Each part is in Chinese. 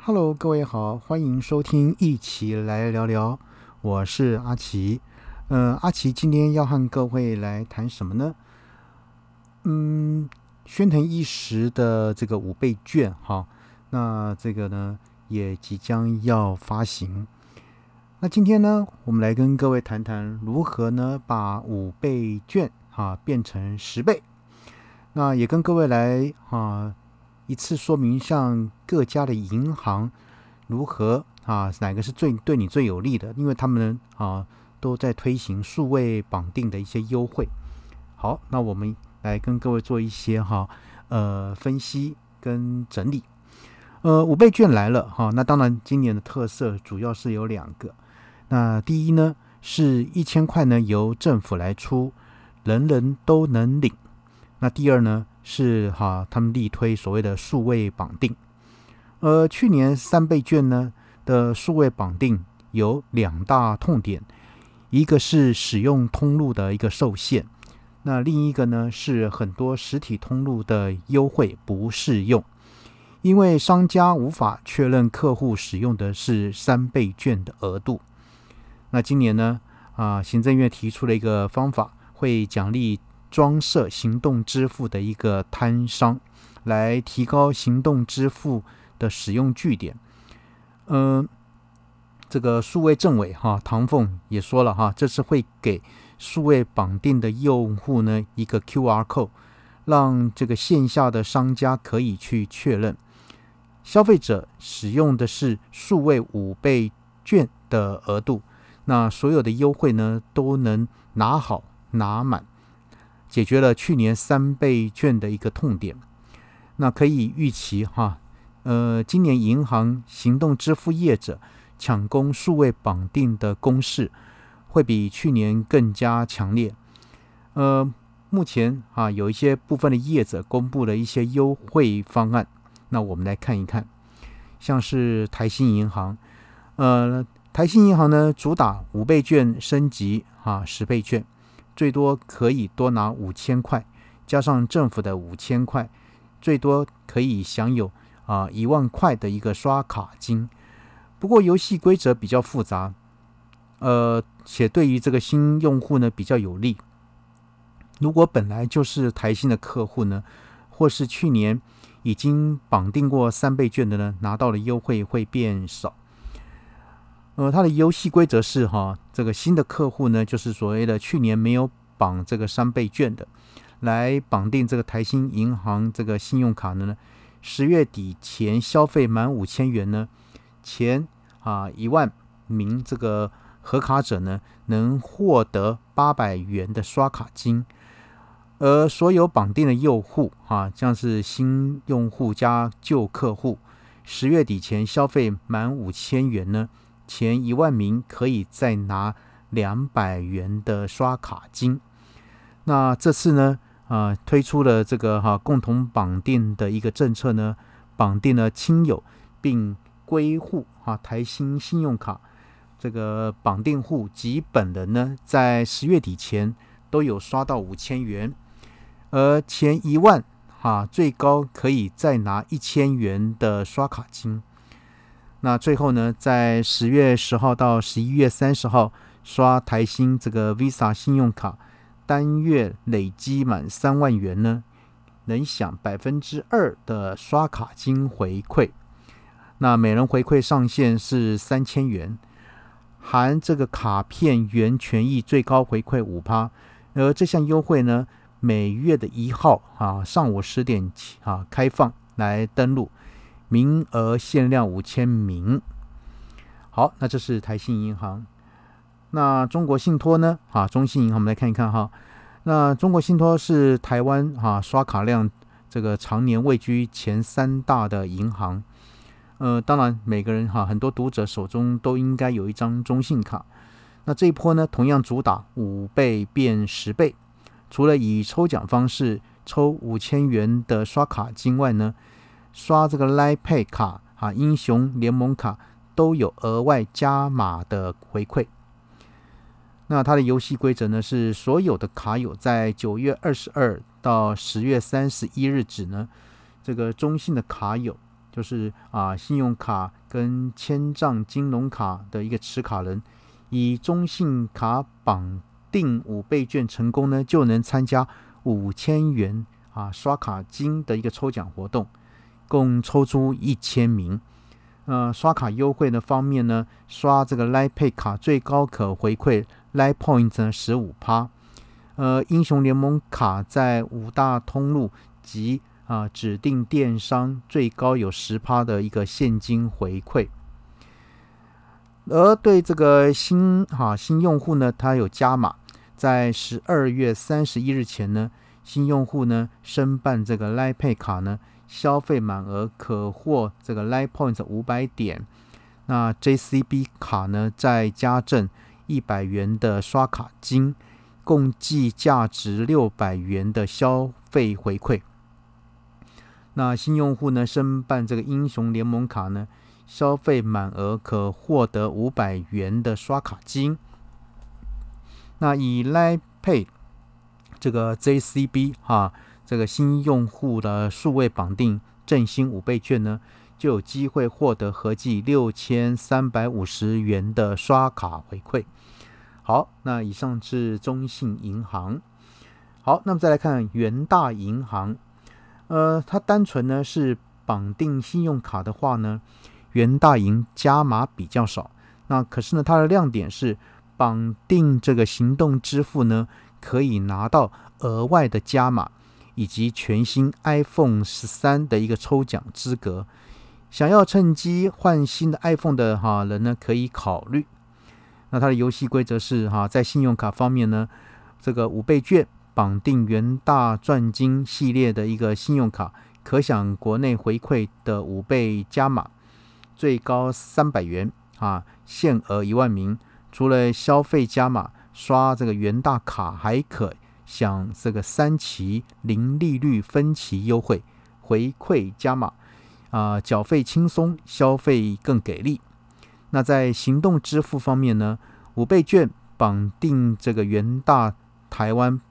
Hello，各位好，欢迎收听一起来聊聊，我是阿奇。阿奇今天要和各位来谈什么呢？轩腾一时的这个五倍券哈，那这个呢也即将要发行。那今天呢，我们来跟各位谈谈如何呢把五倍券变成10倍。那也跟各位来一次说明，像各家的银行如何哪个是对你最有利的，因为他们都在推行数位绑定的一些优惠。好，那我们来跟各位做一些分析跟整理。五倍券来了那当然今年的特色主要是有2个。那第一呢是1000块呢由政府来出，人人都能领。那第二呢是他们力推所谓的数位绑定。去年3倍券呢的数位绑定有2大痛点，一个是使用通路的一个受限，那另一个呢是很多实体通路的优惠不适用，因为商家无法确认客户使用的是3倍券的额度。那今年呢行政院提出了一个方法，会奖励装设行动支付的一个摊商，来提高行动支付的使用据点。这个数位政委唐凤也说了这是会给数位绑定的用户呢一个 QR code， 让这个线下的商家可以去确认消费者使用的是数位5倍券的额度，那所有的优惠呢都能拿好拿满，解决了去年3倍券的一个痛点。那可以预期今年银行行动支付业者抢攻数位绑定的攻势会比去年更加强烈。目前有一些部分的业者公布了一些优惠方案，那我们来看一看。像是台新银行，台新银行呢主打5倍券升级10倍券，最多可以多拿5000块，加上政府的5000块，最多可以享有1万块的一个刷卡金。不过游戏规则比较复杂，且对于这个新用户呢比较有利。如果本来就是台新的客户呢，或是去年已经绑定过3倍券的呢，拿到的优惠会变少。它的游戏规则是这个新的客户呢，就是所谓的去年没有绑这个3倍券的，来绑定这个台新银行这个信用卡呢，10月底前消费满5000元呢，前1万名这个合卡者呢，能获得800元的刷卡金。而所有绑定的用户像是新用户加旧客户，10月底前消费满5000元呢，前1万名可以再拿200元的刷卡金。那这次呢推出了这个共同绑定的一个政策呢，绑定了亲友并归户台新信用卡这个绑定户及本人呢，在10月底前都有刷到5000元，而前1万最高可以再拿1000元的刷卡金。那最后呢，在10月10号到11月30号刷台新这个 Visa 信用卡，单月累积满3万元呢，能享2%的刷卡金回馈。那每人回馈上限是3000元，含这个卡片原权益最高回馈 5%。而这项优惠呢，每月的1号上午10点开放来登录，名额限量5000名。好，那这是台新银行。那中国信托呢中信银行我们来看一看那中国信托是台湾刷卡量这个常年位居前3大的银行。当然每个人很多读者手中都应该有一张中信卡。那这一波呢同样主打5倍变10倍，除了以抽奖方式抽5000元的刷卡金外呢，刷这个 Line Pay 卡英雄联盟卡都有额外加码的回馈。那它的游戏规则呢是所有的卡友在9月22到10月31日止呢，这个中信的卡友就是信用卡跟千账金融卡的一个持卡人，以中信卡绑定5倍券成功呢，就能参加5000元刷卡金的一个抽奖活动，共抽出1000名。刷卡优惠的方面呢，刷这个 Line Pay 卡最高可回馈 Line Point 呢 15%。英雄联盟卡在5大通路及指定电商最高有10%的一个现金回馈。而对这个新用户呢，他有加码，在12月31日前呢，新用户呢申办这个 Line Pay 卡呢，消费满额可获这个 Line Point 500点。那 JCB 卡呢，再加赠100元的刷卡金，共计价值600元的消费回馈。那新用户呢申办这个英雄联盟卡呢，消费满额可获得500元的刷卡金。那以 Line Pay 这个 JCB 这个新用户的数位绑定振兴5倍券呢，就有机会获得合计6350元的刷卡回馈。好，那以上是中信银行。好，那么再来看元大银行。它单纯呢是绑定信用卡的话呢，元大银加码比较少。那可是呢，它的亮点是绑定这个行动支付呢，可以拿到额外的加码，以及全新 iPhone 13的一个抽奖资格。想要趁机换新的 iPhone 的人呢，可以考虑。那它的游戏规则是在信用卡方面呢，这个5倍券绑定元大赚金系列的一个信用卡，可享国内回馈的5倍加码，最高300元限额1万名。除了消费加码，刷这个元大卡还可享这个3期零利率分期优惠，回馈加码缴费轻松，消费更给力。那在行动支付方面呢，5倍券绑定这个元大台湾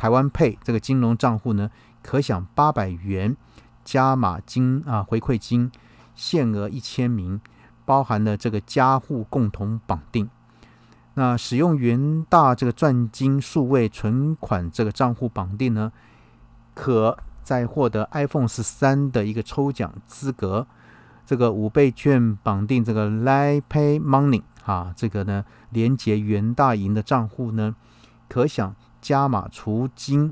Pay 这个金融账户呢，可享800元加码金回馈金，限额1000名，包含了这个家户共同绑定。那使用元大这个赚金数位存款这个账户绑定呢，可再获得 iPhone 13的一个抽奖资格。这个5倍券绑定这个 Line Pay Money 这个呢连结元大银的账户呢，可享加码除金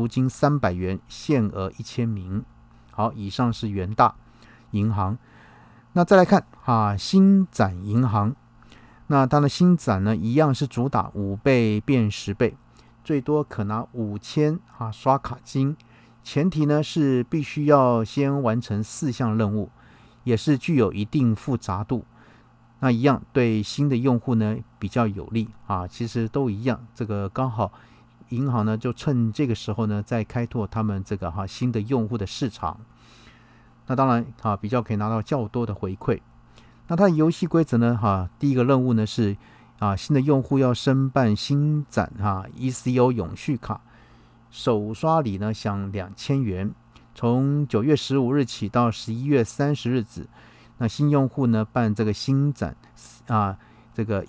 300元，限额1000名。好，以上是元大银行。那再来看新展银行。那它的新展呢，一样是主打5倍变10倍，最多可拿5000刷卡金，前提呢是必须要先完成4项任务，也是具有一定复杂度。那一样对新的用户呢比较有利其实都一样。这个刚好银行呢就趁这个时候呢，在开拓他们这个新的用户的市场。那当然比较可以拿到较多的回馈。那它的游戏规则呢第一个任务呢是新的用户要申办新展ECO 永续卡，首刷礼呢享2000元，从9月15日起到11月30日止。那新用户呢办这个新展这个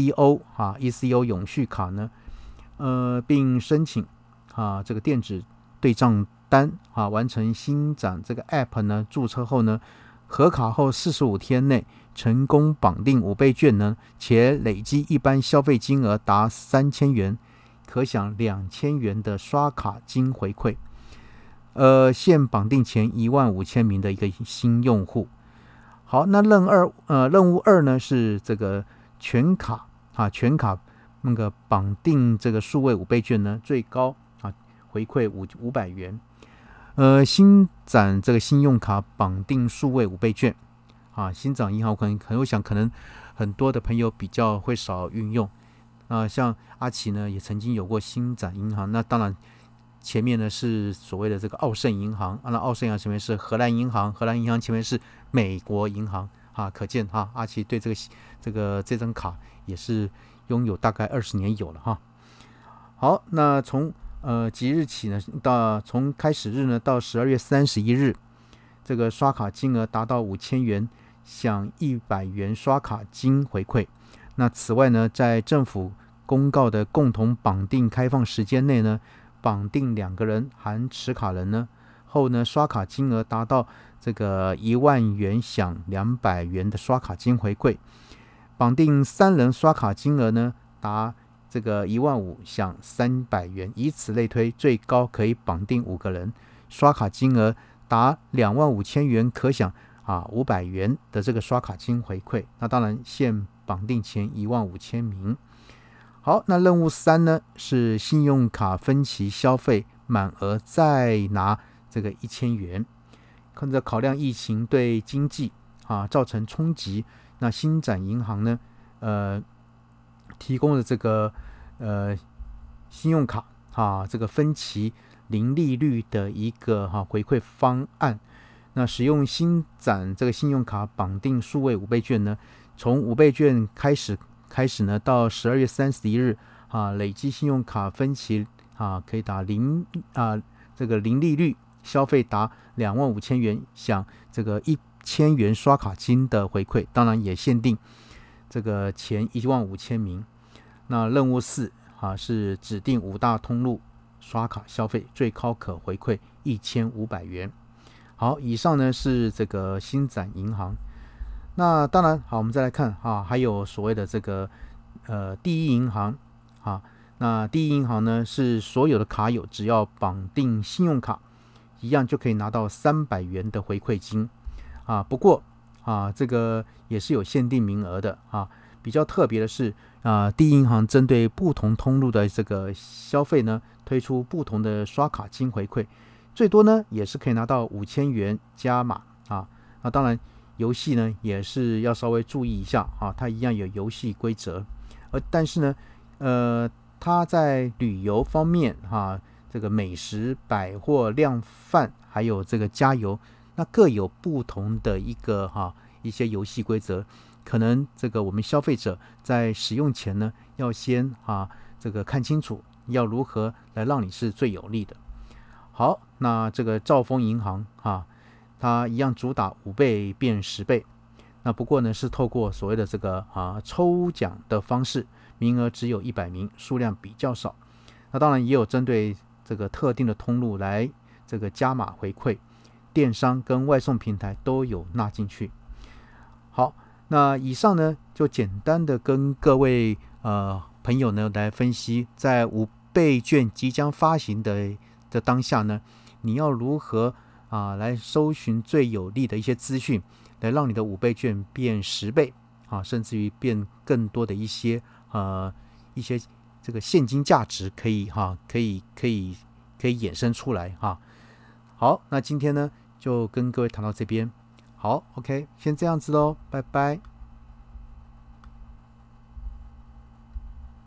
ECO 永续卡呢并申请这个电子对账单完成新展这个 App 呢注册后呢，核卡后45天内成功绑定5倍券呢，且累积一般消费金额达3000元，可享2000元的刷卡金回馈。现绑定前15000名的一个新用户。好，那任务2呢是这个全卡那个绑定这个数位5倍券呢，最高回馈500元。新展这个信用卡绑定数位5倍券新展银行可能很多的朋友比较会少运用。像阿奇呢也曾经有过新展银行，那当然前面呢是所谓的这个澳盛银行那澳盛银行前面是荷兰银行，荷兰银行前面是美国银行可见阿奇对这张卡也是拥有大概20年有了好，那从即日起呢，从开始日呢到12月31日， 这个刷卡金额达到5000元，享100元刷卡金回馈。那此外呢，在政府公告的共同绑定开放时间内呢，绑定2个人含持卡人呢后呢，刷卡金额达到这个1万元，享200元的刷卡金回馈。绑定3人刷卡金额呢达这个1万5，享300元，以此类推，最高可以绑定5个人，刷卡金额达25000元，可享500元的这个刷卡金回馈。那当然限绑定前15000名。好，那任务3呢是信用卡分期消费满额再拿这个1000元。看着考量疫情对经济造成冲击，那星展银行呢提供了这个信用卡这个分期零利率的一个回馈方案。那使用星展这个信用卡绑定数位5倍券呢，从5倍券开始呢，到12月31日累积信用卡分期可以打这个零利率，消费达25000元，享这个1000元刷卡金的回馈。当然也限定这个前15000名。那任务4是指定5大通路刷卡消费，最高可回馈1500元。好，以上呢是这个星展银行。那当然好，我们再来看还有所谓的这个第一银行那第一银行呢是所有的卡友只要绑定信用卡，一样就可以拿到300元的回馈金不过这个也是有限定名额的比较特别的是第一银行针对不同通路的这个消费呢，推出不同的刷卡金回馈，最多呢也是可以拿到5000元加码那当然游戏呢也是要稍微注意一下它一样有游戏规则。但是呢它在旅游方面这个美食、百货、量贩还有这个加油，那各有不同的一些游戏规则，可能这个我们消费者在使用前呢要先这个看清楚，要如何来让你是最有利的。好，那这个兆丰银行它一样主打5倍变10倍，那不过呢是透过所谓的这个抽奖的方式，名额只有100名，数量比较少。那当然也有针对这个特定的通路来这个加码回馈，电商跟外送平台都有纳进去。好，那以上呢就简单的跟各位朋友呢来分析，在5倍券即将发行的当下呢，你要如何来搜寻最有利的一些资讯，来让你的5倍券变10倍甚至于变更多的一些这个现金价值可以衍生出来好，那今天呢就跟各位谈到这边。好 ，OK， 先这样子咯，拜拜。